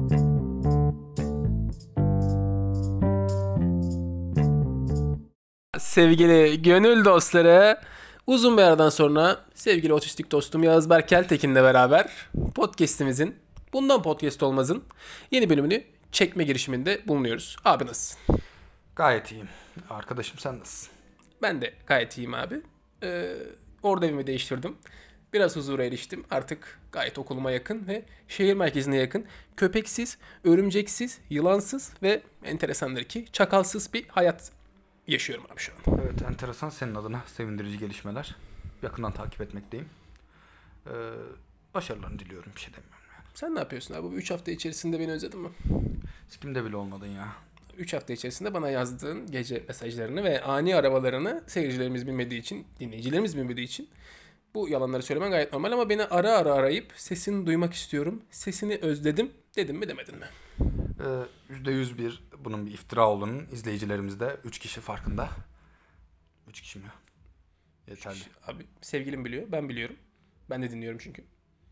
Sevgili gönül dostları, uzun bir aradan sonra sevgili otistik dostum Yağız Berk Keltekin'le beraber podcast'imizin, bundan podcast olmazın yeni bölümünü çekme girişiminde bulunuyoruz. Abi nasılsın? Gayet iyiyim. Arkadaşım sen nasılsın? Ben de gayet iyiyim abi. Orada evimi değiştirdim. Biraz huzura eriştim. Artık gayet okuluma yakın ve şehir merkezine yakın. Köpeksiz, örümceksiz, yılansız ve enteresandır ki çakalsız bir hayat yaşıyorum abi şu an. Evet, enteresan, senin adına sevindirici gelişmeler. Yakından takip etmekteyim. Başarılarını diliyorum, bir şey demiyorum. Yani. Sen ne yapıyorsun abi? Bu 3 hafta içerisinde beni özledin mi? Kimde bile olmadın ya. 3 hafta içerisinde bana yazdığın gece mesajlarını ve ani arabalarını seyircilerimiz bilmediği için, dinleyicilerimiz bilmediği için bu yalanları söylemen gayet normal ama beni ara ara arayıp sesini duymak istiyorum, sesini özledim dedin mi demedin mi? %101 bunun bir iftira olduğunun izleyicilerimiz de 3 kişi farkında. 3 kişi mi? Yeterli. Abi sevgilim biliyor, ben biliyorum. Ben de dinliyorum çünkü.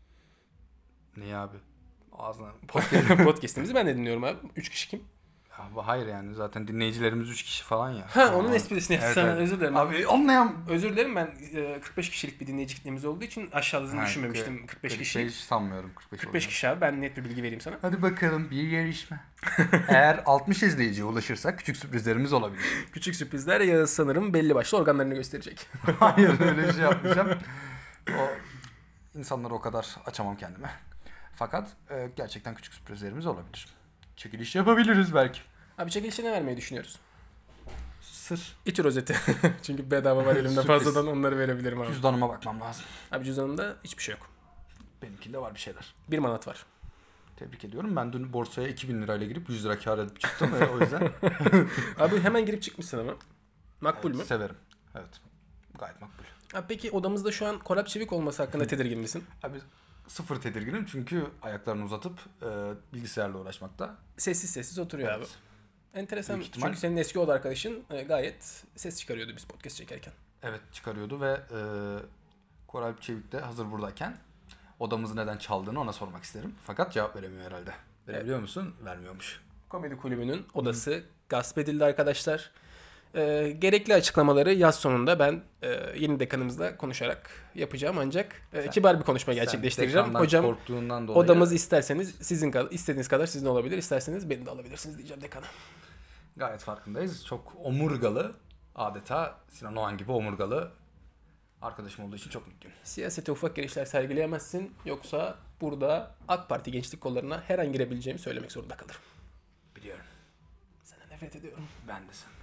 Niye abi? Ağzına... Podcast'imizi ben de dinliyorum abi. 3 kişi kim? Ya, hayır yani zaten dinleyicilerimiz 3 kişi falan ya. Ha, onun esprisini yaptım. Evet, Sana evet. özür dilerim. Abi anlayan... Özür dilerim, ben 45 kişilik bir dinleyici kitlemiz olduğu için aşağıladığını düşünmemiştim. 45 kişi. 45 sanmıyorum. 45 kişi abi, ben net bir bilgi vereyim sana. Hadi bakalım, bir yarışma. Eğer 60 izleyiciye ulaşırsak küçük sürprizlerimiz olabilir. Küçük sürprizler Yağız sanırım belli başlı organlarını gösterecek. Hayır, öyle bir şey yapmayacağım. O insanları o kadar açamam kendime. Fakat gerçekten küçük sürprizlerimiz olabilir. Çekiliş yapabiliriz belki. Abi çekilişe ne vermeyi düşünüyoruz? Sır. İTÜ rozeti. Çünkü bedava var elimde, fazladan onları verebilirim abi. Cüzdanıma bakmam lazım. Abi cüzdanımda hiçbir şey yok. Benimkinde var bir şeyler. 1 manat var. Tebrik ediyorum. Ben dün borsaya 2000 lirayla girip 100 lira kâr edip çıktım. O yüzden. Abi hemen girip çıkmışsın ama. Makbul mü? Severim. Evet. Gayet makbul. Abi peki odamızda şu an Korap Çevik olması hakkında tedirgin misin? Abi sıfır tedirginim çünkü ayaklarını uzatıp bilgisayarla uğraşmakta. Sessiz sessiz oturuyor Evet. abi. Enteresan. Büyük ihtimal. Çünkü senin eski oda arkadaşın gayet ses çıkarıyordu biz podcast çekerken. Evet, çıkarıyordu ve Koray Çevik de hazır buradayken odamızı neden çaldığını ona sormak isterim. Fakat cevap veremiyor herhalde. Verebiliyor musun? Vermiyormuş. Komedi kulübünün odası gasp edildi arkadaşlar. Gerekli açıklamaları yaz sonunda ben yeni dekanımızla konuşarak yapacağım, ancak kibar bir konuşma gerçekleştireceğim. Hocam, korktuğundan dolayı odamız isterseniz istediğiniz kadar sizin olabilir, isterseniz beni de alabilirsiniz diyeceğim dekana. gayet farkındayız. Çok omurgalı, adeta Sinan Oğan gibi omurgalı arkadaşım olduğu için çok mutluyum. Siyasete ufak girişler sergileyemezsin, yoksa burada AK Parti gençlik kollarına her an girebileceğimi söylemek zorunda kalırım. Biliyorum. Sana nefret ediyorum. Ben de senden.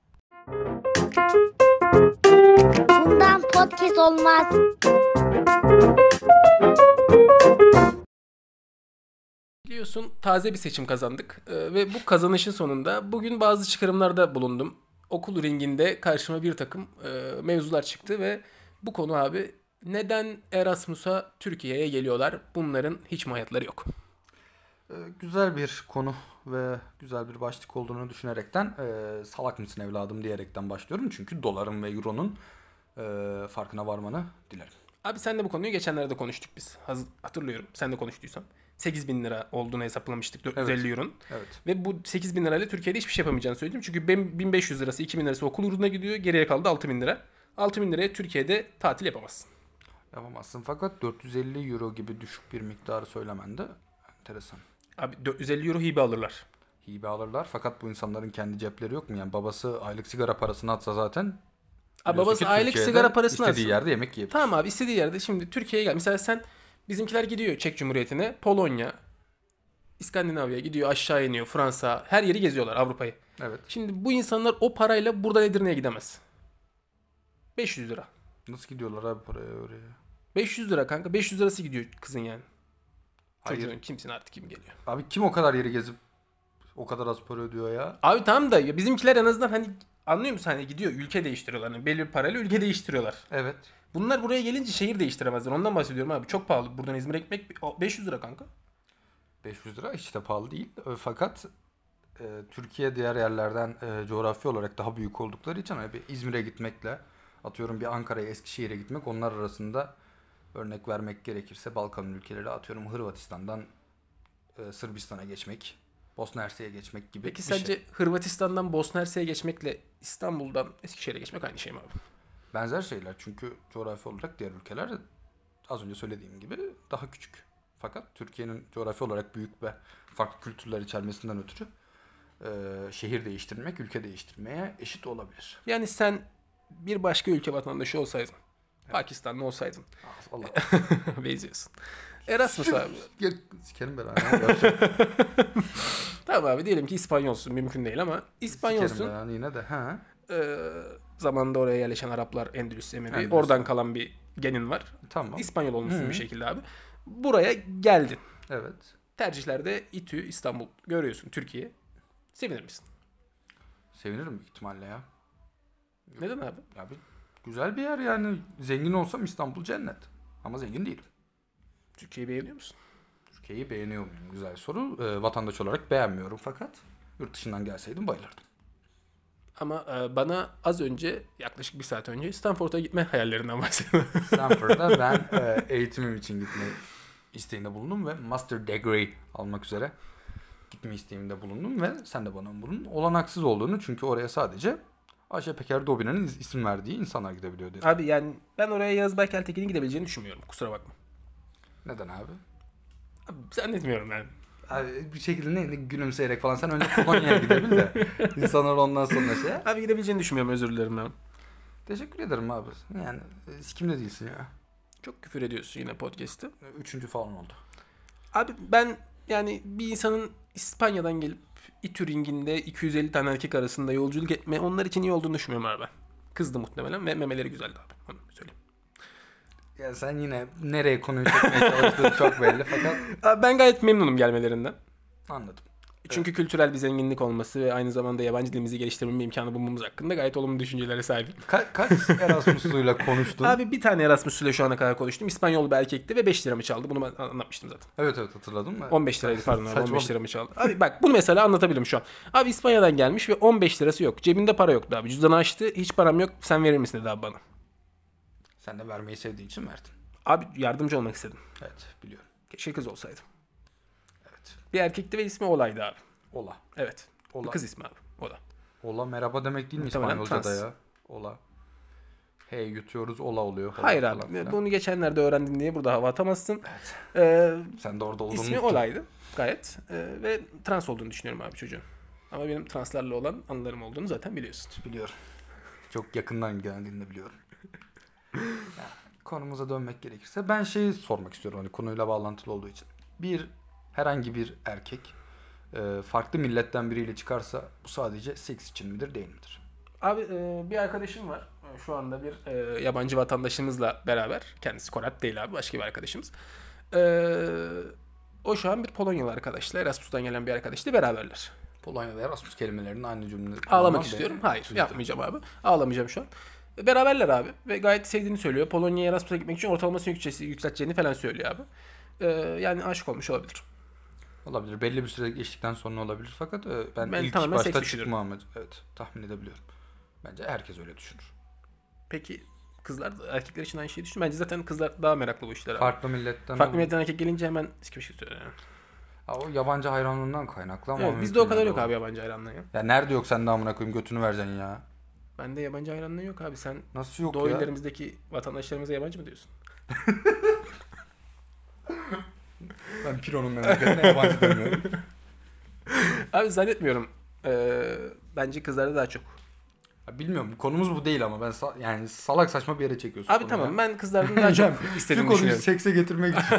Bundan podcast olmaz. Biliyorsun taze bir seçim kazandık ve bu kazanışın sonunda bugün bazı çıkarımlarda bulundum. Okul ringinde karşıma bir takım mevzular çıktı ve bu konu abi, neden Erasmus'a Türkiye'ye geliyorlar? Bunların hiç mi hayatları yok? Güzel bir konu ve güzel bir başlık olduğunu düşünerekten salak mısın evladım diyerekten başlıyorum. Çünkü doların ve euronun farkına varmanı dilerim. Abi senle bu konuyu geçenlerde konuştuk biz. Hatırlıyorum. Sen de konuştuysan. 8.000 lira olduğunu hesaplamıştık 450 euronun. Evet. Ve bu 8.000 lirayla Türkiye'de hiçbir şey yapamayacağını söyledim. Çünkü 1.500 lirası, 2.000 lirası okul uğruna gidiyor. Geriye kaldı 6.000 lira. 6.000 liraya Türkiye'de tatil yapamazsın. Yapamazsın, fakat 450 euro gibi düşük bir miktarı söylemen de enteresan. Abi 450 euro hibe alırlar. Hibe alırlar, fakat bu insanların kendi cepleri yok mu? Yani babası aylık sigara parasını atsa zaten... Abi babası aylık Türkiye'de sigara parasını istediği atsın. yerde yemek yiyebilir. Tamam abi, istediği yerde. Şimdi Türkiye'ye gel. Mesela sen, bizimkiler gidiyor Çek Cumhuriyeti'ne, Polonya, İskandinavya gidiyor, aşağı iniyor, Fransa, her yeri geziyorlar, Avrupa'yı. Evet. Şimdi bu insanlar o parayla buradan Edirne'ye gidemez. 500 lira. Nasıl gidiyorlar abi paraya oraya? 500 lira kanka. 500 lirası gidiyor kızın yani. Hayır. Çocuğun, kimsin artık, kim geliyor. Abi kim o kadar yeri gezip o kadar az para ödüyor ya? Abi tamam da ya bizimkiler en azından hani, anlıyor musun, hani gidiyor ülke değiştiriyorlar. Hani belli bir parayla ülke değiştiriyorlar. Evet. Bunlar buraya gelince şehir değiştiremezler. Ondan bahsediyorum abi. Çok pahalı. Buradan İzmir'e gitmek 500 lira kanka. 500 lira hiç de pahalı değil. Fakat Türkiye diğer yerlerden coğrafi olarak daha büyük oldukları için hani bir İzmir'e gitmekle atıyorum bir Ankara'ya, Eskişehir'e gitmek, onlar arasında örnek vermek gerekirse Balkan ülkeleri, atıyorum Hırvatistan'dan Sırbistan'a geçmek, Bosna Hersek'e geçmek gibi Peki bir sence şey. Hırvatistan'dan Bosna Hersek'e geçmekle İstanbul'dan Eskişehir'e geçmek aynı şey mi abi? Benzer şeyler çünkü coğrafi olarak diğer ülkeler az önce söylediğim gibi daha küçük. Fakat Türkiye'nin coğrafi olarak büyük ve farklı kültürler içermesinden ötürü şehir değiştirmek, ülke değiştirmeye eşit olabilir. Yani sen bir başka ülke vatandaşı olsaydın, Pakistanlı olsaydın, Allah. benziyorsun. Erasmus abi. Ya, sikerim ben Tamam abi, diyelim ki İspanyolsun, mümkün değil ama İspanyolsun. Sikerim ben yine de. Ha. Zamanında oraya yerleşen Araplar, Endülüs, Emevi, Endülüs. oradan kalan bir genin var. Tamam. İspanyol olmuşsun bir şekilde abi. Buraya geldin. Evet. Tercihlerde İTÜ, İstanbul görüyorsun, Türkiye. Sevinir misin? Sevinirim büyük ihtimalle ya. Neden abi? Ya güzel bir yer yani. Zengin olsam İstanbul cennet. Ama zengin değilim. Türkiye'yi beğeniyor musun? Türkiye'yi beğeniyor muyum? Güzel soru. Vatandaş olarak beğenmiyorum fakat yurt dışından gelseydim bayılırdım. Ama bana az önce, yaklaşık bir saat önce Stanford'a gitme hayallerinden bahsediyorum. Stanford'a ben eğitimim için gitme isteğinde bulundum ve master degree almak üzere gitme isteğimde bulundum ve sen de bana bunun olanaksız olduğunu, çünkü oraya sadece Ayşe Peker Dobina'nın isim verdiği insanlar gidebiliyor dedim. Abi yani ben oraya Yağız Baykeltekin'in gidebileceğini düşünmüyorum. Kusura bakma. Neden abi? Abi zannetmiyorum yani. Abi bir şekilde gülümseyerek falan, sen önce Polonya'ya gidebil de insanlar ondan sonra şey. Abi gidebileceğini düşünmüyorum, özür dilerim ben. Teşekkür ederim abi. Yani sikimde değilsin ya. Çok küfür ediyorsun yine podcast'te. 3. falan oldu. Abi ben yani bir insanın İspanya'dan gelip İTÜ ringinde 250 tane erkek arasında yolculuk etme onlar için iyi olduğunu düşünmüyorum abi ben. Kızdı muhtemelen ve memeleri güzeldi abi. Onu söyleyeyim. Ya sen yine nereye konuyu çekmeye çalıştığın çok belli fakat Abi ben gayet memnunum gelmelerinden. anladım. Çünkü kültürel bir zenginlik olması ve aynı zamanda yabancı dilimizi geliştirme imkanı bulmamız hakkında gayet olumlu düşüncelere sahibim. Kaç Erasmus'luyla konuştun? Abi bir tane Erasmus'la şu ana kadar konuştum. İspanyol bir erkekti ve 5 liramı çaldı. Bunu ben anlatmıştım zaten. Evet hatırladım. 15 liraydı pardon abi, Saçma. 15 liramı çaldı. Abi bak bunu mesela anlatabilirim şu an. Abi İspanya'dan gelmiş ve 15 lirası yok. Cebinde para yoktu abi. Cüzdanı açtı. Hiç param yok. Sen verir misin dedi abi bana. Sen de vermeyi sevdiğin için verdin. Abi yardımcı olmak istedim. Evet biliyorum. Keşke kız olsaydım. Evet. Bir erkekti ve ismi Olay'dı abi. Ola. Evet. Ola. Kız ismi abi. O da. Ola merhaba demek değil mi Muhtemelen İspanyolca'da trans. ya? Ola. Hey yutuyoruz ola oluyor. Ola Hayır falan abi. filan. Bunu geçenlerde öğrendin diye burada hava atamazsın. Sen de orada olduğunu İsmi unuttun. Olay'dı gayet. Ve trans olduğunu düşünüyorum abi çocuğun. Ama benim translarla olan anılarım olduğunu zaten biliyorsun. Biliyorum. Çok yakından ilgilendiğini de biliyorum. Yani, konumuza dönmek gerekirse ben şeyi sormak istiyorum hani konuyla bağlantılı olduğu için. Herhangi bir erkek farklı milletten biriyle çıkarsa bu sadece seks için midir değil midir? Abi bir arkadaşım var. Şu anda bir yabancı vatandaşımızla beraber. Kendisi Korat değil abi. Başka bir arkadaşımız. O şu an bir Polonyalı arkadaşla, Erasmus'tan gelen bir arkadaşla beraberler. Polonya ve Erasmus kelimelerinin aynı cümle. Ağlamak istiyorum. Hayır, yapmayacağım abi. Ağlamayacağım şu an. Beraberler abi ve gayet sevdiğini söylüyor. Polonya'ya Erasmus'a gitmek için ortalamasını yükselteceğini falan söylüyor abi. Yani aşık olmuş olabilir. Olabilir. Belli bir süre geçtikten sonra olabilir fakat ben ilk tamamen seks başta düşünüyorum. çıkma amacı. Evet, tahmin edebiliyorum. Bence herkes öyle düşünür. Peki kızlar erkekler için aynı şeyi düşünüyor. Bence zaten kızlar daha meraklı bu işlere abi. Farklı milletten. Farklı milletten erkek gelince hemen bir şey söylüyor yani. O yabancı hayranlığından kaynaklı ama. Evet, bizde o kadar yok abi yabancı hayranlığı ya. Ya nerede yok sen de amına koyayım götünü vereceksin ya. Bende yabancı hayranlığı yok abi. Sen Nasıl yok Doğu ya? illerimizdeki vatandaşlarımıza yabancı mı diyorsun? Ben Piro'nun memleketine yabancı demiyorum. Abi zannetmiyorum. Bence kızlarda daha çok. Bilmiyorum konumuz bu değil ama ben yani salak saçma bir yere çekiyorsun. Abi tamam ben kızlardan daha çok Şu istediğimi konuyu düşünüyorum. sekse getirmek için.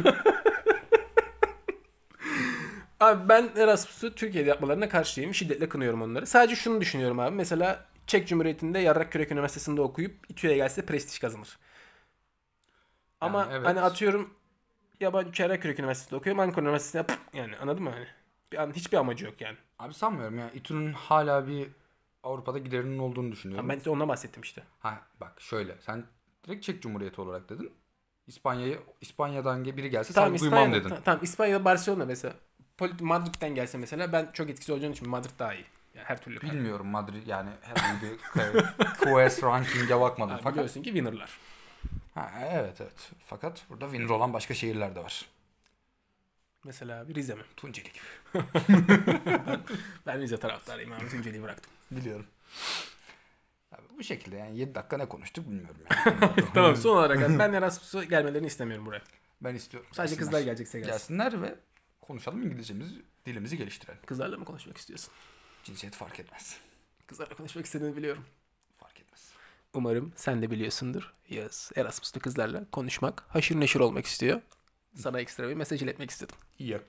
Abi ben Erasmus'u Türkiye'de yapmalarına karşıyım. Şiddetle kınıyorum onları. Sadece şunu düşünüyorum abi. Mesela Çek Cumhuriyeti'nde Yarrakkürek Üniversitesi'nde okuyup İTÜ'ye gelse prestij kazanır. Ama Yani evet. hani atıyorum yabancı Yarrakkürek Üniversitesi'nde okuyorum. Ankara Üniversitesi'nde yani anladın mı hani? Hiçbir amacı yok yani. Abi sanmıyorum ya. İTÜ'nün hala bir Avrupa'da giderinin olduğunu düşünüyorum. Abi ben size ondan bahsettim işte. Ha bak şöyle sen direkt Çek Cumhuriyeti olarak dedin. İspanya'dan biri gelse Tamam saygı duymam İspanya'da, dedin. tamam İspanya'da Barcelona mesela. Madrid'den gelse mesela ben çok etkisi olacağını için Madrid daha iyi. Yani her türlü. Bilmiyorum Madrid yani herhangi bir QS ranking'e bakmadım. Abi Fakat biliyorsun ki winner'lar. evet. Fakat burada winner olan başka şehirler de var. Mesela abi Rize mi? Tunceli gibi. Ben Rize taraftarıyım abi. Tunceli'yi bıraktım. Biliyorum. Abi bu şekilde yani 7 dakika ne konuştuk bilmiyorum yani. Tamam, son olarak abi, ben Erasmus'a gelmelerini istemiyorum buraya. Ben istiyorum. Sadece kızlar gelecekse gelsin. Gelsinler ve konuşalım, dilimizi geliştirelim. Kızlarla mı konuşmak istiyorsun? Cinsiyet fark etmez. Kızlarla konuşmak istediğini biliyorum. Fark etmez. Umarım sen de biliyorsundur. Yaz. Erasmus'ta kızlarla konuşmak, haşır neşir olmak istiyor. Sana ekstra bir mesaj iletmek istedim. Yok.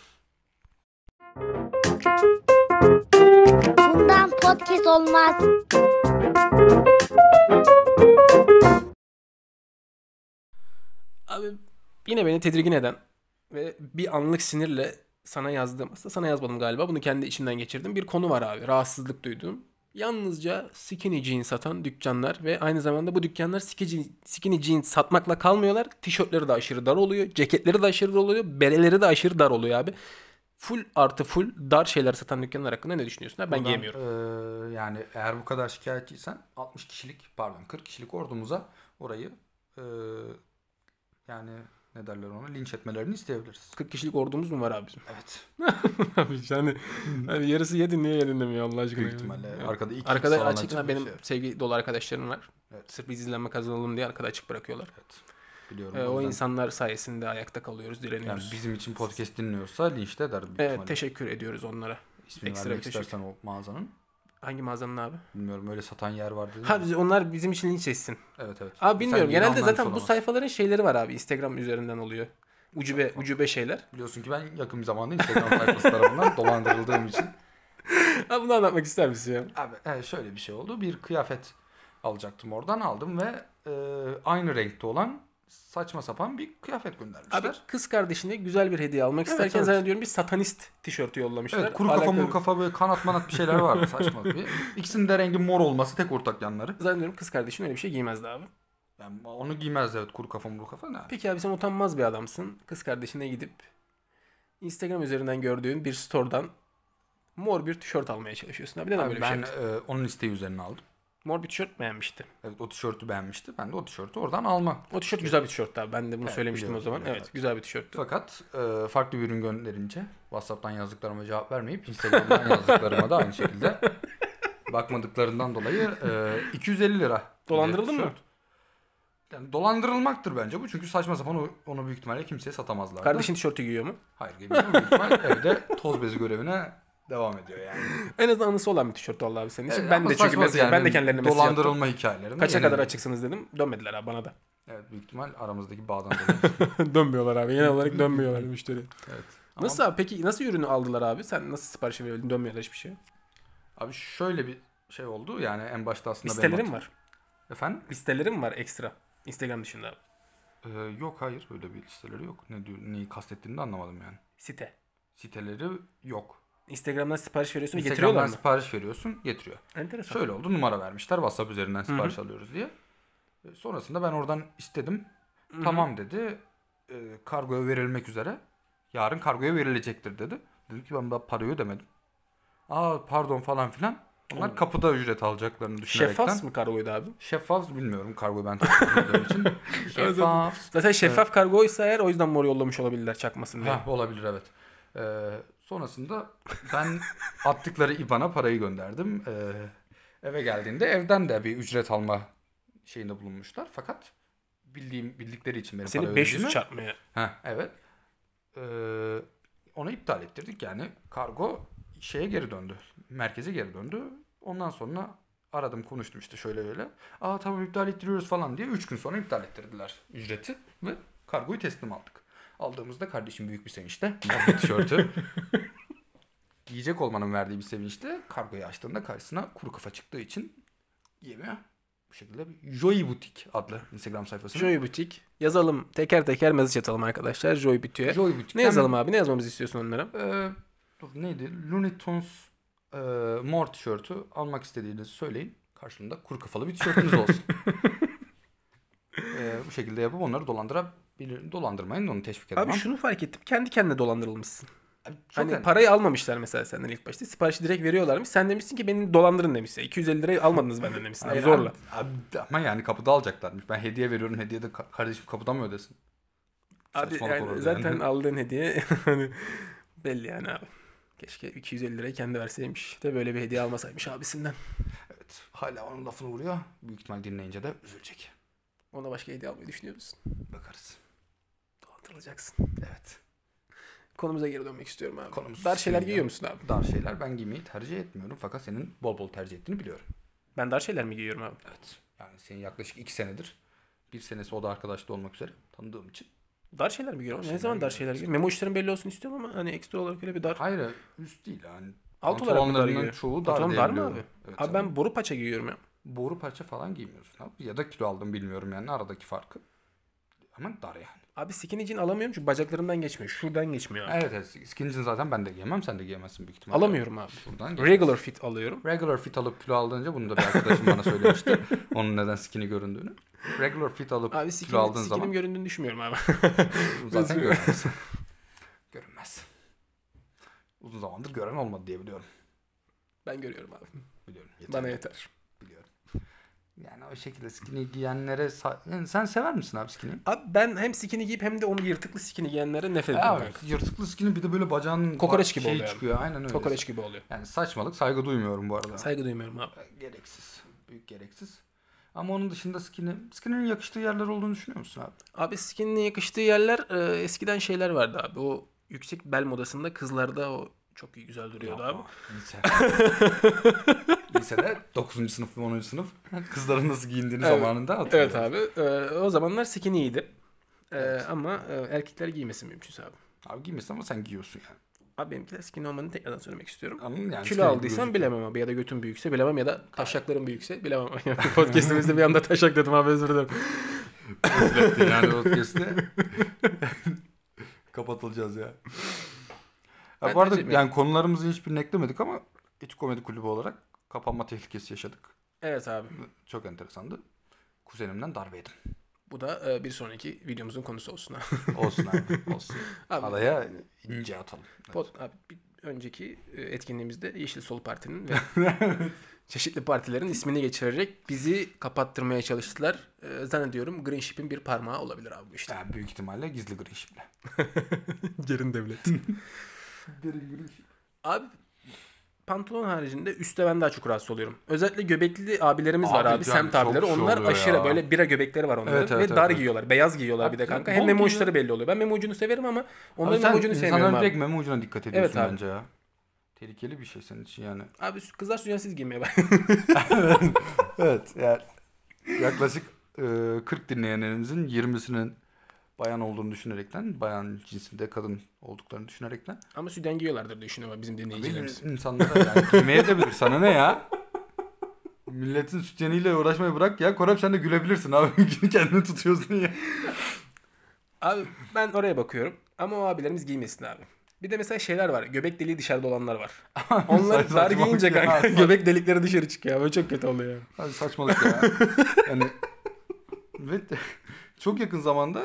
Bundan podcast olmaz. Abi yine beni tedirgin eden ve bir anlık sinirle sana yazdığım, aslında sana yazmadım galiba, bunu kendi içimden geçirdim. Bir konu var abi, rahatsızlık duyduğum. Yalnızca skinny jeans satan dükkanlar ve aynı zamanda bu dükkanlar skinny jeans satmakla kalmıyorlar. Tişörtleri de aşırı dar oluyor, ceketleri de aşırı dar oluyor, bereleri de aşırı dar oluyor abi. Full artı full dar şeyler satan dükkanlar hakkında ne düşünüyorsun abi? Ben giyemiyorum. Yani eğer bu kadar şikayetçiysen 40 kişilik ordumuza orayı yani ne derler ona, linç etmelerini isteyebiliriz. 40 kişilik ordumuz mu var abi bizim? Evet. Abi yani yarısı yedin niye dinlemiyor Allah aşkına? Büyük ihtimalle. Arkada iki Arkada salon açık açık benim bir şey. sevgi dolu arkadaşlarım var. Evet. Sırf biz izlenme kazanalım diye arkada açık bırakıyorlar. Evet. Biliyorum. O insanlar sayesinde ayakta kalıyoruz, yani direniyoruz. bizim için podcast dinliyorsa linç de eder büyük Evet, ihtimalle. teşekkür ediyoruz onlara. İsmini ekstra vermek bir teşekkür. istersen o mağazanın. Hangi mağazanın abi? Bilmiyorum, öyle satan yer var dedi. Ha, onlar bizim için linç etsin. Evet. Abi bilmiyorum. Sen yine Genelde zaten anlamış bu sayfaların şeyleri var abi. Instagram üzerinden oluyor. Ucube şeyler. Biliyorsun ki ben yakın bir zamanda Instagram sayfası tarafından dolandırıldığım için. Abi bunu anlatmak ister misin ya? Abi şöyle bir şey oldu. Bir kıyafet alacaktım, oradan aldım ve aynı renkte olan saçma sapan bir kıyafet göndermişler. Abi kız kardeşine güzel bir hediye almak isterken evet. zannediyorum bir satanist tişörtü yollamışlar. Evet, kuru kafa böyle kanat manat bir şeyler vardı, saçma bir. İkisinin de rengi mor olması tek ortak yanları. Zannediyorum kız kardeşin öyle bir şey giymezdi abi. Yani onu giymez, evet, kuru kafa ne? Peki abi sen utanmaz bir adamsın. Kız kardeşine gidip Instagram üzerinden gördüğün bir store'dan mor bir tişört almaya çalışıyorsun abi. Neden böyle bir şey Ben yaptın? onun isteği üzerine aldım. Mor bir tişört beğenmişti. Evet, o tişörtü beğenmişti. Ben de o tişörtü oradan alma. O tişört güzel bir tişörttü abi. Ben de bunu Evet, söylemiştim o zaman. biliyorum. Evet, güzel bir tişörttü. Fakat farklı bir ürün gönderince WhatsApp'tan yazdıklarıma cevap vermeyip Instagram'dan yazdıklarıma da aynı şekilde bakmadıklarından dolayı 250 lira. Dolandırıldın mı? Yani dolandırılmaktır bence bu. Çünkü saçma sapan onu büyük ihtimalle kimseye satamazlar. Kardeşin tişörtü giyiyor mu? Hayır, giymiyor. Büyük ihtimal evde toz bezi görevine devam ediyor yani. En azından anısı olan bir tişört oldu abi senin için. Evet, ben ama de çünkü saçma mesaj, yani, ben de kendilerine mesaj yaptım. dolandırılma hikayelerinde. Kaça kadar açıksınız dedim. Dönmediler abi bana da. Evet, büyük ihtimal aramızdaki bağdan dolayı. Dönmüyorlar abi. Genel olarak dönmüyorlar müşteri. Evet. Nasıl abi? Peki nasıl ürünü aldılar abi? Sen nasıl siparişi verdin? Dönmüyorlar hiçbir şey. Abi şöyle bir şey oldu. Yani en başta aslında Listelerim var. Efendim? Listelerim var ekstra. Instagram dışında abi. Yok, hayır, öyle bir listeleri yok. Neyi kastettiğini de anlamadım yani. Siteleri yok. Instagram'dan sipariş veriyorsun ve Instagram'dan getiriyorlar mı? sipariş veriyorsun, getiriyor. Enteresan. Şöyle oldu, numara vermişler WhatsApp üzerinden sipariş alıyoruz diye. Sonrasında ben oradan istedim. Tamam dedi. Kargoya verilmek üzere. Yarın kargoya verilecektir dedi. Dedim ki ben daha parayı ödemedim. Pardon falan filan. Onlar kapıda ücret alacaklarını düşünerekten. Şeffaf mı kargoydu abi? Şeffaf bilmiyorum, kargoyu ben takmadığım için. Şeffaf. Zaten şeffaf kargoysa eğer o yüzden mor yollamış olabilirler çakmasın diye. Olabilir, evet. Sonrasında ben attıkları IBAN'a parayı gönderdim. Eve geldiğinde evden de bir ücret alma şeyinde bulunmuşlar. Fakat bildikleri için benim para Seni 500 ödediğimi. çarpmaya. Evet. Onu iptal ettirdik. Yani kargo şeye geri döndü. Merkeze geri döndü. Ondan sonra aradım, konuştum işte şöyle böyle. Tamam, iptal ettiriyoruz falan diye 3 gün sonra iptal ettirdiler ücreti ve kargoyu teslim aldık. Aldığımızda kardeşim büyük bir sevinçle mor bir tişörtü giyecek olmanın verdiği bir sevinçle kargoyu açtığında karşısına kuru kafa çıktığı için yemiyor. Bu şekilde bir Joy Boutique adlı Instagram sayfası. Joy Boutique. Yazalım, teker teker mesaj atalım arkadaşlar Joy Boutique'e. Joy Boutique. Ne yazalım abi? Ne yazmamızı istiyorsun onlara? Neydi? Looney Tunes mor tişörtü almak istediğinizi söyleyin. Karşılığında kuru kafalı bir tişörtünüz olsun. Bu şekilde yapıp onları dolandırmayın, onu teşvik edemem. Abi şunu fark ettim. Kendi kendine dolandırılmışsın. Hani yani. parayı almamışlar mesela senden ilk başta. Siparişi direkt veriyorlarmış. Sen demişsin ki beni dolandırın demişsin. 250 lirayı almadınız benden demişsin. Abi, zorla. Ama yani kapıda alacaklarmış. Ben hediye veriyorum. Hediye de kardeşim kapıda mı ödesin? Abi Saçmalık yani olurdu zaten yani. aldığın hediye hani belli yani abi. Keşke 250 lirayı kendi verseymiş de böyle bir hediye almasaymış abisinden. Evet. Hala onun lafını vuruyor. Büyük ihtimal dinleyince de üzülecek. Ona başka hediye almayı düşünüyor musun? Bakarız. Dolandırılacaksın. Evet. Konumuza geri dönmek istiyorum abi. Konumuz Dar şeyler şimdi giyiyor musun abi? Dar şeyler ben giymeyi tercih etmiyorum. Fakat senin bol bol tercih ettiğini biliyorum. Ben dar şeyler mi giyiyorum abi? Evet. Yani senin yaklaşık 2 senedir. Bir senesi o da arkadaşta olmak üzere tanıdığım için. Dar şeyler mi giyiyorum? Dar Ne şeyler zaman dar giyiyorum. şeyler giyiyorum? Memo işlerim belli olsun istiyorum ama hani ekstra olarak öyle bir dar. Hayır üst değil yani. Alt olarak mı dar Pantolonlarının giyiyor? çoğu dar Pantolon diye dar mı biliyorum. abi? Evet, Abi ben boru paça giyiyorum ya. boru parça falan giymiyorsun abi. Ya da kilo aldım bilmiyorum yani aradaki farkı. Ama dar yani. Abi skinny jean alamıyorum çünkü bacaklarımdan geçmiyor. Şuradan geçmiyor abi. Evet skinny jean zaten ben de giyemem. Sen de giyemezsin büyük ihtimalle. Alamıyorum abi. Buradan Regular fit alıyorum. Regular fit alıp kilo aldığınca bunu da bir arkadaşım bana söylemişti. Onun neden skinny göründüğünü. Regular fit alıp Abi kilo aldığın skinny'm zaman göründüğünü düşünmüyorum abi. zaten görünmez. Görünmez. Uzun zamandır gören olmadı diye biliyorum. Ben görüyorum abi. Biliyorum. Bana yeter. Biliyorum. Yani o şekilde skinny giyenlere yani sen sever misin abi skinny? Abi ben hem skinny giyip hem de onu yırtıklı skinny giyenlere nefret ediyorum. Evet. Yırtıklı skinny bir de böyle bacağın Kokoreç gibi oluyor. çıkıyor. Aynen öyle. Kokoreç gibi oluyor. Yani saçmalık, saygı duymuyorum bu arada. Saygı duymuyorum abi. Gereksiz. Büyük gereksiz. Ama onun dışında skinny'nin yakıştığı yerler olduğunu düşünüyor musun abi? Abi skinny'nin yakıştığı yerler eskiden şeyler vardı abi. O yüksek bel modasında kızlarda o çok iyi güzel duruyordu abi. Lise. Lisede 9. sınıf ve 10. sınıf kızların nasıl giyindiğini Evet. zamanında Evet hatırlıyorum. abi. O zamanlar skinny'ydi. Evet. Ama erkekler giymesin mümkünse abi. Abi giymesin ama sen giyiyorsun yani. Abi benimkiler skinny olmadığını tekrardan söylemek istiyorum. Anladın yani. Kilo aldıysam bilemem abi. Ya da götüm büyükse bilemem ya da taşaklarım büyükse bilemem. Podcast'imizde bir anda taşak dedim abi, özür dilerim. yani podcast'te kapatılacağız ya. Ben Bu arada tercih yani konularımızı hiçbirini eklemedik ama İTÜ Komedi Kulübü olarak kapanma tehlikesi yaşadık. Evet abi. Çok enteresandı. Kuzenimden darbe yedim. Bu da bir sonraki videomuzun konusu olsun. Olsun abi. Olsun. Abi, Adaya ince atalım. Evet. Abi, bir önceki etkinliğimizde Yeşil Sol Parti'nin ve çeşitli partilerin ismini geçirerek bizi kapattırmaya çalıştılar. Zannediyorum Green Ship'in bir parmağı olabilir abi bu işte. Yani büyük ihtimalle gizli gri şiple. Gerin devlet. Abi pantolon haricinde üstte ben daha çok rahatsız oluyorum. Özellikle göbekli abilerimiz var Abi abi. canım, Semt çok abileri. şey Onlar oluyor aşırı ya. böyle bira göbekleri var onların. Evet, evet, ve dar evet. giyiyorlar. Beyaz giyiyorlar bir de Abi, kanka. bol Hem memo giyiyor. uçları belli oluyor. Ben memo ucunu severim ama Abi onların sen memo ucunu sevmiyorum insanların abi. direkt meme ucuna dikkat ediyorsun Evet abi. bence ya. Tehlikeli bir şey senin için yani. Abi kızlar sütyensiz giymeye bak. Evet yani yaklaşık 40 dinleyenlerimizin 20'sinin bayan olduğunu düşünerekten, bayan cinsinde kadın olduklarını düşünerekten Ama sütyen giyiyorlardır diye düşünüyorum bizim dinleyicilerimiz. insanlara yani giymeye de bilir. Sana ne ya? Milletin sütyeniyle uğraşmayı bırak ya. Korep sen de gülebilirsin abi. Kendini tutuyorsun ya. Abi ben oraya bakıyorum. Ama o abilerimiz giymesin abi. Bir de mesela şeyler var. Göbek deliği dışarıda olanlar var. Onlar dar saçmalık giyince ya. kanka göbek delikleri dışarı çıkıyor. Böyle çok kötü oluyor. Abi saçmalık ya. Yani ve çok yakın zamanda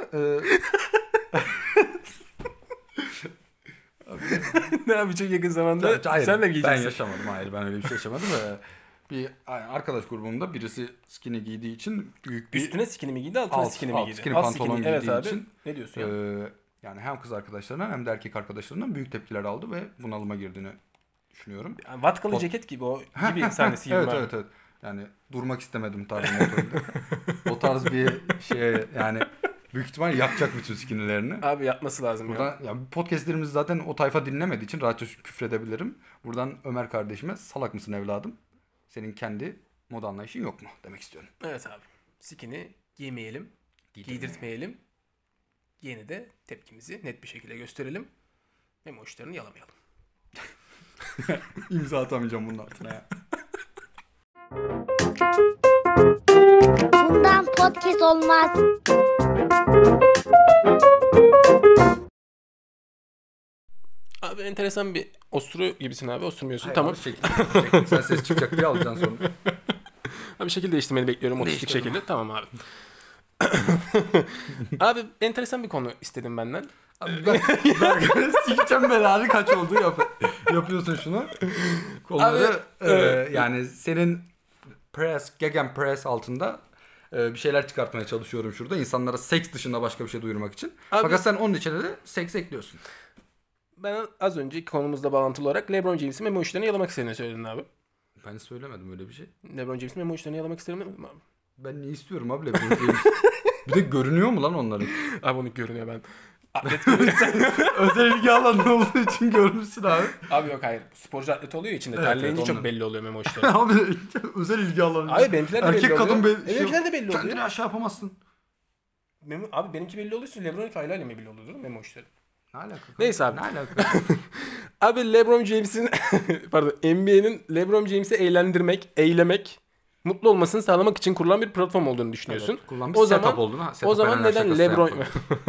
Ne abi çok yakın zamanda hayır, sen de mi ben giyeceksin? yaşamadım. Hayır ben öyle bir şey yaşamadım. Bir arkadaş grubumda birisi skinny giydiği için büyük bir Üstüne skinny mi giydi, altına alt skinny mi giydi? skinny Alt pantolon skinny, evet giydiği abi. için Ne diyorsun ya? yani hem kız arkadaşlarından hem de erkek arkadaşlarından büyük tepkiler aldı ve bunalıma girdiğini düşünüyorum. Yani vatkalı ceket gibi o gibi sahnesi gibi. Evet abi. evet evet. Yani durmak istemedim tarzı motorunda. O tarz bir şey yani büyük ihtimal yakacak bütün skinny'lerini. Abi yapması lazım ya. Buradan ya podcastlerimiz zaten o tayfa dinlemediği için rahatça küfredebilirim. Buradan Ömer kardeşime salak mısın evladım? Senin kendi moda anlayışın yok mu demek istiyorum. Evet abi. Skinny giymeyelim, giydirtmeyelim. Yeni de tepkimizi net bir şekilde gösterelim. Memo uçlarını yalamayalım. İmza atamayacağım bunun altına ya. Bundan podcast olmaz. Abi enteresan bir osturuyor gibisin abi. Osturmuyorsun. Hayır, tamam. abi, şekil. Sen ses çıkacak diye alacaksın sonra. Abi şekil değiştirmeni bekliyorum otistik Değiştirdim. şekilde. Tamam abi. Abi enteresan bir konu istedim benden. Abi ben sikeceğim belanı kaç oldu yapıyorsun şunu. Konuları Abi, yani senin gegen press altında bir şeyler çıkartmaya çalışıyorum şurada. İnsanlara seks dışında başka bir şey duyurmak için. Abi- Fakat sen onun içine de seks ekliyorsun. Ben az önceki konumuzla bağlantılı olarak LeBron James'in memo işlerini yalamak istediğini söyledin abi. Ben söylemedim öyle bir şey. LeBron James'in memo işlerini yalamak istedim demedim mi abi? Ben ne istiyorum abi LeBron James? Bir de görünüyor mu lan onların? Abi onu görünüyor ben. Atlet görünüyor. Özel ilgi alanı olduğu için görmüşsün abi. Abi yok hayır. Sporcu atlet oluyor içinde. Evet, Terleyince evet, çok ondan. belli oluyor memo işleri. Abi özel ilgi alanı. Abi benimkiler de belli Erkek oluyor. kadın Benimkiler de belli oluyor. Kendini aşağı yapamazsın. Abi benimki belli oluyorsa LeBron Kayla mi belli oluyordur memo işleri. Ne alaka? Neyse abi. Ne alaka? Abi LeBron James'in pardon NBA'nin LeBron James'i eylemek, mutlu olmasını sağlamak için kurulan bir platform olduğunu düşünüyorsun. Evet, kullan bir setup olduğunu. O Setup zaman veren neden şakası LeBron yapmadım.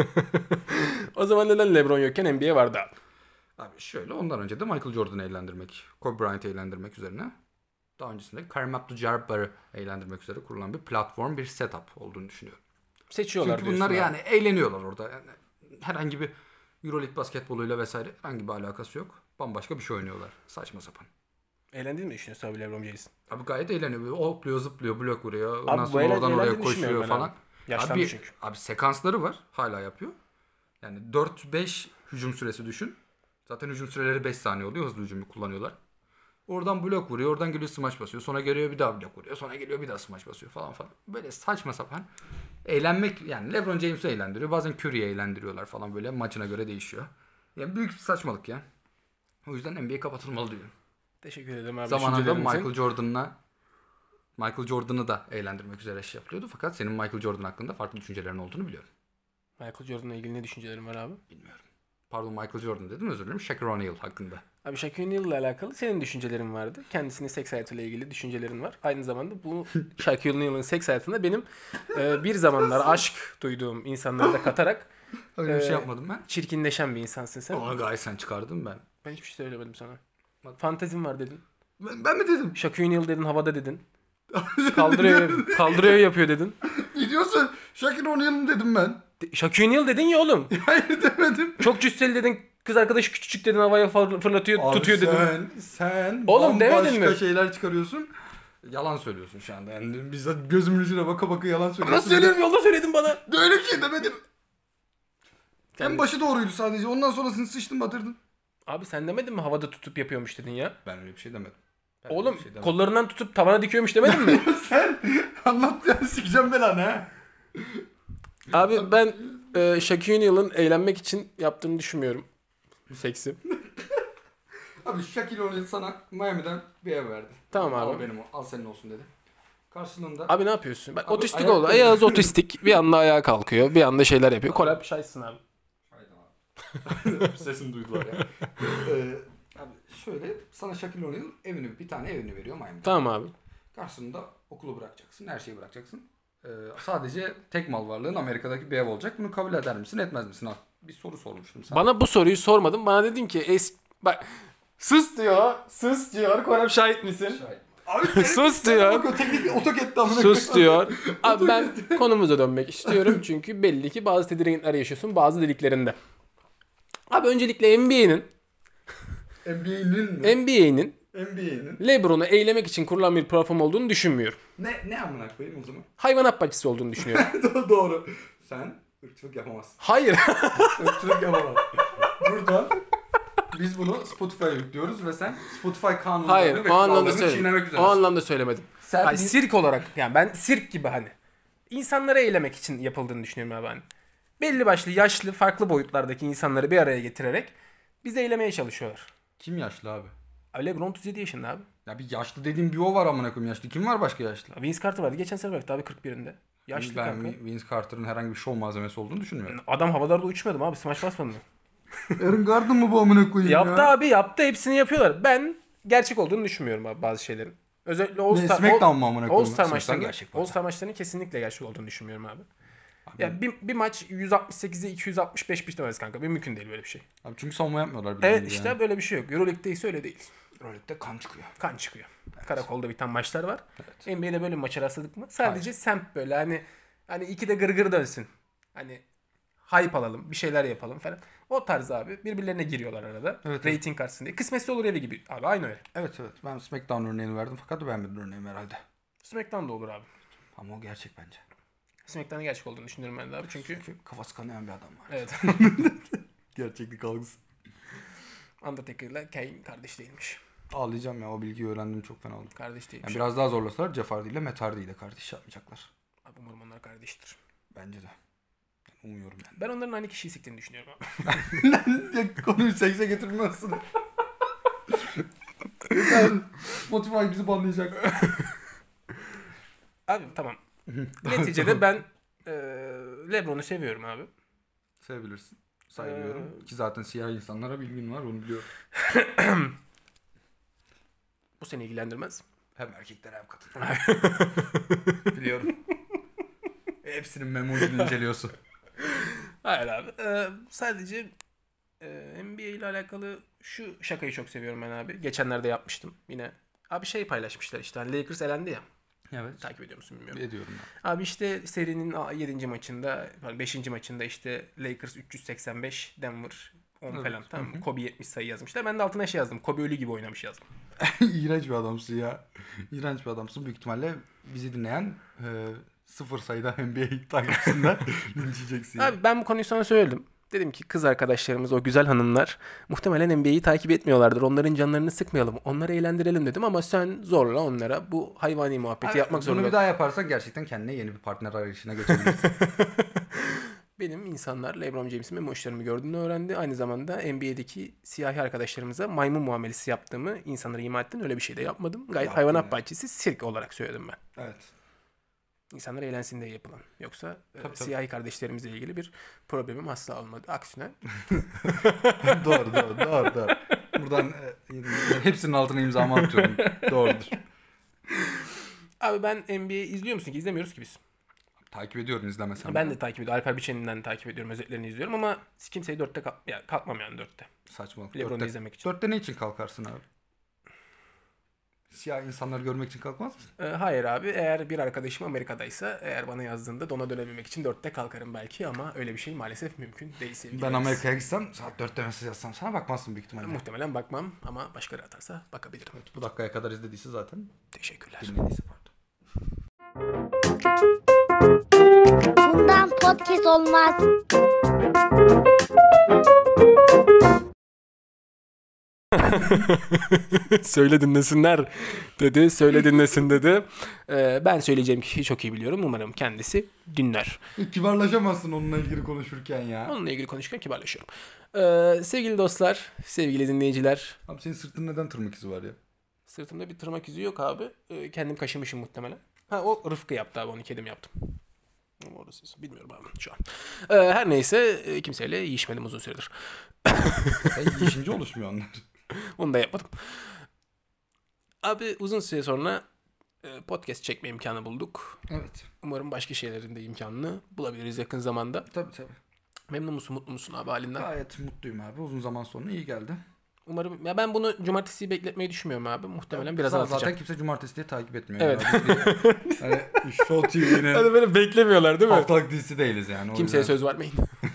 O zaman neden LeBron yokken NBA vardı abi? Abi şöyle ondan önce de Michael Jordan'ı eğlendirmek, Kobe Bryant'ı eğlendirmek üzerine. Daha öncesinde Kareem Abdul-Jabbar'ı eğlendirmek üzere kurulan bir platform, bir setup olduğunu düşünüyorum. Seçiyorlar Çünkü bunlar diyorsun yani eğleniyorlar orada. Yani herhangi bir Euroleague basketboluyla vesaire herhangi bir alakası yok. Bambaşka bir şey oynuyorlar. Saçma sapan. abi. Eğlendiğini mi düşünüyorsun abi LeBron James? Abi gayet eğleniyor. Böyle hopluyor, zıplıyor, blok vuruyor. Ondan Abi bu sonra oradan oraya eğlendiğini koşuyor düşünmüyorum ben falan. abi. Yaşlandı Abi, çünkü. abi sekansları var. Hala yapıyor. Yani 4-5 hücum süresi düşün. Zaten hücum süreleri 5 saniye oluyor. Hızlı hücumu kullanıyorlar. Oradan blok vuruyor. Oradan geliyor smaç basıyor. Sonra geliyor bir daha blok vuruyor. Sonra geliyor bir daha smaç basıyor falan falan. Böyle saçma sapan. Eğlenmek yani LeBron James'i eğlendiriyor. Bazen Curry'i eğlendiriyorlar falan böyle. Maçına göre değişiyor. Yani büyük bir saçmalık ya. O yüzden NBA kapatılmalı diyorum. Teşekkür ederim abi. Zamanında düşüncelerin için. Michael Jordan'ı da eğlendirmek üzere şey yapılıyordu. Fakat senin Michael Jordan hakkında farklı düşüncelerin olduğunu biliyorum. Michael Jordan'la ilgili ne düşüncelerin var abi? Bilmiyorum. Pardon Michael Jordan dedim özür dilerim. Shaquille O'Neal hakkında. Abi Shaquille O'Neal'la alakalı senin düşüncelerin vardı. Kendisinin seks hayatıyla ilgili düşüncelerin var. Aynı zamanda bu Shaquille O'Neal'ın seks hayatında benim bir zamanlar aşk duyduğum insanları da katarak Öyle bir şey yapmadım ben. çirkinleşen bir insansın sen. Ona gayet sen çıkardın ben. Ben hiçbir şey söylemedim sana. Fantezim var dedin. Ben mi dedim? Shaquille O'Neal dedin, havada dedin. Kaldırıyor yapıyor dedin. Ne diyorsun? Shaquille O'Neal dedim ben. Shaquille O'Neal dedin ya oğlum. Hayır demedim. Çok cüsseli dedin. Kız arkadaşı küçücük dedin, havaya fırlatıyor, tutuyor dedin. Sen Oğlum demedin mi? şeyler çıkarıyorsun. Yalan söylüyorsun şu anda. Yani bizzat gözümün içine baka baka yalan söylüyorsun. Nasıl söylüyorum, yolda söyledin bana. Öyle bir şey demedim. En Sen- başı doğruydu sadece. Ondan sonrasını sıçtın batırdın. Abi sen demedin mi havada tutup yapıyormuş dedin ya. Ben öyle bir şey demedim. Oğlum kollarından tutup tavana dikiyormuş demedin mi? Sen anlat ya sikeceğim belanı ha. Abi ben Shaquille O'Neal'ın eğlenmek için yaptığını düşünmüyorum. Seksi. Abi Shaquille O'Neal sana Miami'den bir ev verdi. Tamam abi. Al benim o. Al senin olsun dedi. Karşılığında Abi ne yapıyorsun? Bak Abi otistik ayak- oldu. Ayağız otistik. Bir anda ayağa kalkıyor. Bir anda şeyler yapıyor. Kolay bir şeysin abi. Hayda abi. Sesini duydular ya. Abi şöyle sana Shaquille O'Neal bir tane evini veriyor Miami'de. Tamam abi. Karşılığında okulu bırakacaksın. Her şeyi bırakacaksın. Sadece tek mal varlığın Amerika'daki bir ev olacak. Bunu kabul eder misin etmez misin? Al. Bir soru sormuştum sana. Bana bu soruyu sormadın. Bana dedin ki bak sus diyor. Sus diyor. Korap şahit misin? Abi Sus diyor. Otok etti amına Sus diyor. Abi ben konumuza dönmek istiyorum. Çünkü belli ki bazı tedirginlikler yaşıyorsun bazı deliklerinde. Abi öncelikle NBA'nin NBA'nin LeBron'u eylemek için kurulan bir platform olduğunu düşünmüyorum. ne amına koyayım o zaman? Hayvanat bahçesi olduğunu düşünüyorum. Doğru. Sen ırkçılık yapamazsın. Hayır. Irkçılık yapamazsın. Buradan biz bunu Spotify'a yüklüyoruz ve sen Spotify kanunlarını Hayır. ve O anlamda kurallarını söylemedim. çiğnemek O üzeresin. anlamda söylemedim. Sen Hayır, bir- sirk olarak yani ben sirk gibi hani insanları eylemek için yapıldığını düşünüyorum abi hani. Belli başlı yaşlı farklı boyutlardaki insanları bir araya getirerek bizi eylemeye çalışıyorlar. Kim yaşlı abi? Abi LeBron 37 yaşında abi. Ya bir yaşlı dediğim bir o var amına koyayım yaşlı. Kim var başka yaşlı? Vince Carter vardı. Geçen sene bıraktı abi 41'inde. Yaşlı Ben kanka. Vince Carter'ın herhangi bir şov malzemesi olduğunu düşünmüyorum. Adam havalarda uçmadı mı abi? Smash basmadı mı? Aaron Gordon mu bu amına koyayım Yaptı abi yaptı. Hepsini yapıyorlar. Ben gerçek olduğunu düşünmüyorum abi bazı şeylerin. Özellikle All-Star, Smackdown mu amına koyayım? All-Star Smackdown maçlarının, gerçek bu arada. All-Star maçlarının kesinlikle gerçek olduğunu düşünmüyorum abi. Ya bir maç 168'e 265 bitemez kanka. Bir mümkün değil böyle bir şey. Abi çünkü savunma yapmıyorlar. Evet bildiğin gibi işte yani. böyle bir şey yok. Euroleague'de ise öyle değil. Euroleague'de kan çıkıyor. Kan çıkıyor. Karakolda biten maçlar var. Evet. NBA'de böyle bir maça rastladık mı? Sadece semt böyle hani iki de gırgır dönsün. Hani hype alalım, bir şeyler yapalım falan. O tarz abi birbirlerine giriyorlar arada. Evet, Rating karşısında diye. Kısmetse olur evi gibi. Abi aynı öyle. Evet. Ben Smackdown örneğini verdim fakat beğenmedin örneğimi herhalde. SmackDown da olur abi. Ama o gerçek bence. SmackDown'ın gerçek olduğunu düşünüyorum ben de abi. Çünkü kafası kanayan bir adam var. evet. Gerçeklik algısı. Undertaker ile Kane kardeş değilmiş. Ağlayacağım ya, o bilgiyi öğrendim, çok fena oldum. Kardeş değilmiş. Yani biraz daha zorlasalar Jeff Hardy ile Matt Hardy'yi de kardeş yapmayacaklar. Abi umarım onlar kardeştir. Bence de. Umuyorum yani. Ben onların aynı kişiyi siktiğini düşünüyorum abi. Ya konuyu sekse getirmiyorsun. Sen Spotify bizi banlayacak. Abi tamam. Neticede ben LeBron'u seviyorum abi. Sevebilirsin. Saygılıyorum. Ki zaten siyah insanlara bilgin var, onu biliyorum. Bu seni ilgilendirmez. Hem erkekler hem kadınlar. Biliyorum. Hepsinin memojini inceliyorsun. Hayır abi. Sadece NBA ile alakalı şu şakayı çok seviyorum ben abi. Geçenlerde yapmıştım yine. Abi şey paylaşmışlar işte. Hani Lakers elendi ya. Evet. Takip ediyor musun bilmiyorum. Ediyorum ben. Abi işte serinin 7. maçında, 5. maçında işte Lakers 385, Denver 10 Evet. falan, tamam mı? Kobe 70 sayı yazmışlar. Ben de altına şey yazdım. Kobe ölü gibi oynamış yazdım. İğrenç bir adamsın ya. İğrenç bir adamsın. Büyük ihtimalle bizi dinleyen sıfır sayıda NBA takipçisinden linçleyeceksin. Abi ben bu konuyu sana söyledim. Dedim ki kız arkadaşlarımız, o güzel hanımlar muhtemelen NBA'yi takip etmiyorlardır. Onların canlarını sıkmayalım. Onları eğlendirelim dedim ama sen zorla onlara bu hayvani muhabbeti yapmak zorunda. Bunu bir daha yaparsan gerçekten kendine yeni bir partner arayışına geçebilirsin. Benim insanlar LeBron James'in memojlarımı gördüğünü öğrendi. Aynı zamanda NBA'deki siyahi arkadaşlarımıza maymun muamelesi yaptığımı insanlara ima ettim. Öyle bir şey de yapmadım. Gayet Yaptın hayvanat ya. bahçesi, sirk olarak söyledim ben. Evet. İnsanlar eğlensin diye yapılan. Yoksa Tabii. siyahi kardeşlerimizle ilgili bir problemim asla olmadı. Aksine. Doğru. Buradan hepsinin altına imzamı atıyorum. Doğrudur. Abi ben NBA izliyor musun ki? İzlemiyoruz ki biz. Takip ediyorum, izlemesem. Ben de takip ediyorum. Alper Biçen'inden takip ediyorum. Özetlerini izliyorum ama kimseyi dörtte kalkmam yani dörtte. Saçmalık. LeBron'u izlemek için. Dörtte ne için kalkarsın abi? Siyah insanları görmek için kalkmaz mısın? Hayır abi. Eğer bir arkadaşım Amerika'daysa, eğer bana yazdığında ona dönebilmek için dörtte kalkarım belki ama öyle bir şey maalesef mümkün değil sevgili Ben reis. Amerika'ya gitsem saat 4'te mesaj yazsam sana bakmazsın büyük ihtimalle. Muhtemelen bakmam ama başkaları atarsa bakabilirim. Bu dakikaya kadar izlediyse zaten. Teşekkürler. Dinlediyse pardon. Bundan podcast olmaz. Söyle dinlesinler dedi. Söyle dinlesin dedi. Ben söyleyeceğim kişiyi çok iyi biliyorum. Umarım kendisi dinler. Kibarlaşamazsın onunla ilgili konuşurken ya. Onunla ilgili konuşurken kibarlaşıyorum. Sevgili dostlar, sevgili dinleyiciler. Abi senin sırtında neden tırmık izi var ya? Sırtımda bir tırnak izi yok abi. Kendim kaşımışım muhtemelen. Ha, o Rıfkı yaptı abi, onu kedim yaptım. Ama orası bilmiyorum abi şu an. Her neyse kimseyle yiyişmedim uzun süredir. Yiyişince oluşmuyor onlar. Onu da yapmadım. Abi uzun süre sonra podcast çekme imkanı bulduk. Evet. Umarım başka şeylerin de imkanını bulabiliriz yakın zamanda. Tabii. Memnun musun, mutlu musun abi halinden? Gayet mutluyum abi. Uzun zaman sonra iyi geldi. Umarım. Ya ben bunu cumartesiyi bekletmeyi düşünmüyorum abi. Muhtemelen birazdan atacağım. Zaten kimse cumartesi diye takip etmiyor. Evet. Yani Show TV'nin Hani böyle beklemiyorlar değil mi? haftalık dizisi değiliz yani. O Kimseye yüzden söz vermeyin.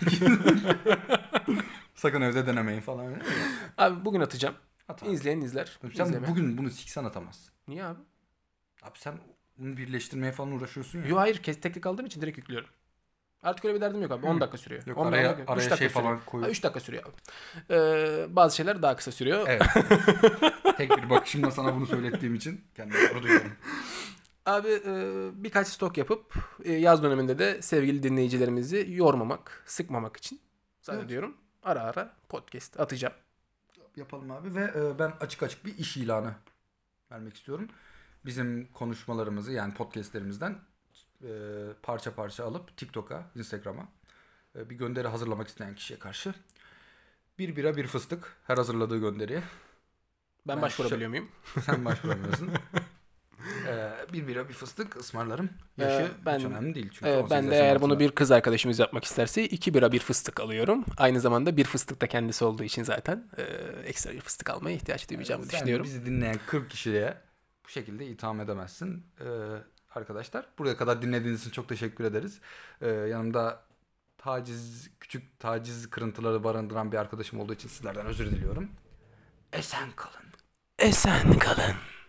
sakın evde denemeyin falan. Abi bugün atacağım. At abi. İzleyen izler. Sen İzleme. bugün bunu siksen atamazsın. Niye abi? Abi sen bunu birleştirmeye falan uğraşıyorsun ya. Yo hayır, tek tek aldığım için direkt yüklüyorum. Artık öyle bir derdim yok abi. 10 dakika sürüyor. Yok, 10 araya dakika, 3 dakika şey sürüyor. falan koy. 3 dakika sürüyor abi. Bazı şeyler daha kısa sürüyor. Evet. Tek bir bakışımla sana bunu söylettiğim için kendimi doğru duyuyorum. Abi birkaç stok yapıp yaz döneminde de sevgili dinleyicilerimizi yormamak, sıkmamak için zannediyorum. Ara ara podcast atacağım. Yapalım abi ve ben açık bir iş ilanı vermek istiyorum. Bizim konuşmalarımızı yani podcastlerimizden parça parça alıp TikTok'a, Instagram'a bir gönderi hazırlamak isteyen kişiye karşı bir bira bir fıstık her hazırladığı gönderiye. Ben başvurabiliyor muyum? Sen başvuramıyorsun. Bir bira bir fıstık ısmarlarım. Yaşı hiç önemli değil çünkü. Ben de eğer bunu bir kız arkadaşımız yapmak isterse 2 bira bir fıstık alıyorum. Aynı zamanda bir fıstık da kendisi olduğu için zaten ekstra bir fıstık almaya ihtiyaç duyacağımı düşünüyorum. Bizi dinleyen 40 kişiye bu şekilde itham edemezsin. Arkadaşlar buraya kadar dinlediğiniz için çok teşekkür ederiz. Yanımda küçük taciz kırıntıları barındıran bir arkadaşım olduğu için sizlerden özür diliyorum. Esen kalın. Esen kalın.